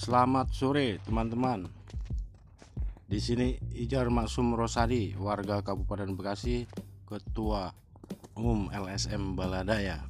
Selamat sore teman-teman. Di sini Ijar Maksum Rosadi, warga Kabupaten Bekasi, Ketua Umum LSM Baladaya.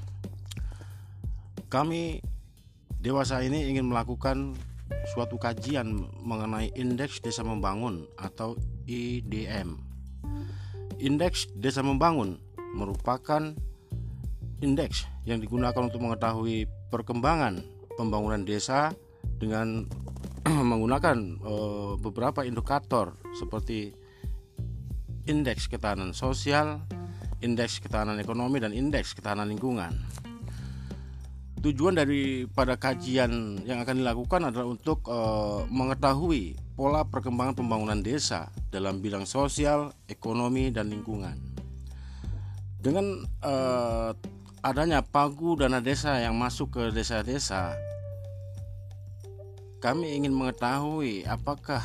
Kami dewasa ini ingin melakukan suatu kajian mengenai Indeks Desa Membangun atau IDM. Indeks Desa Membangun merupakan indeks yang digunakan untuk mengetahui perkembangan pembangunan desa dengan menggunakan beberapa indikator seperti indeks ketahanan sosial, indeks ketahanan ekonomi, dan indeks ketahanan lingkungan. Tujuan daripada kajian yang akan dilakukan adalah untuk mengetahui pola perkembangan pembangunan desa dalam bidang sosial, ekonomi, dan lingkungan. Dengan adanya pagu dana desa yang masuk ke desa-desa, kami ingin mengetahui apakah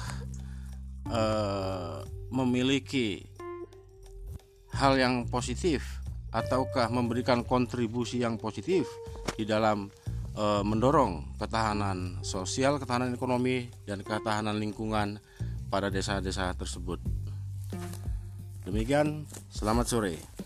memiliki hal yang positif ataukah memberikan kontribusi yang positif di dalam mendorong ketahanan sosial, ketahanan ekonomi, dan ketahanan lingkungan pada desa-desa tersebut. Demikian, selamat sore.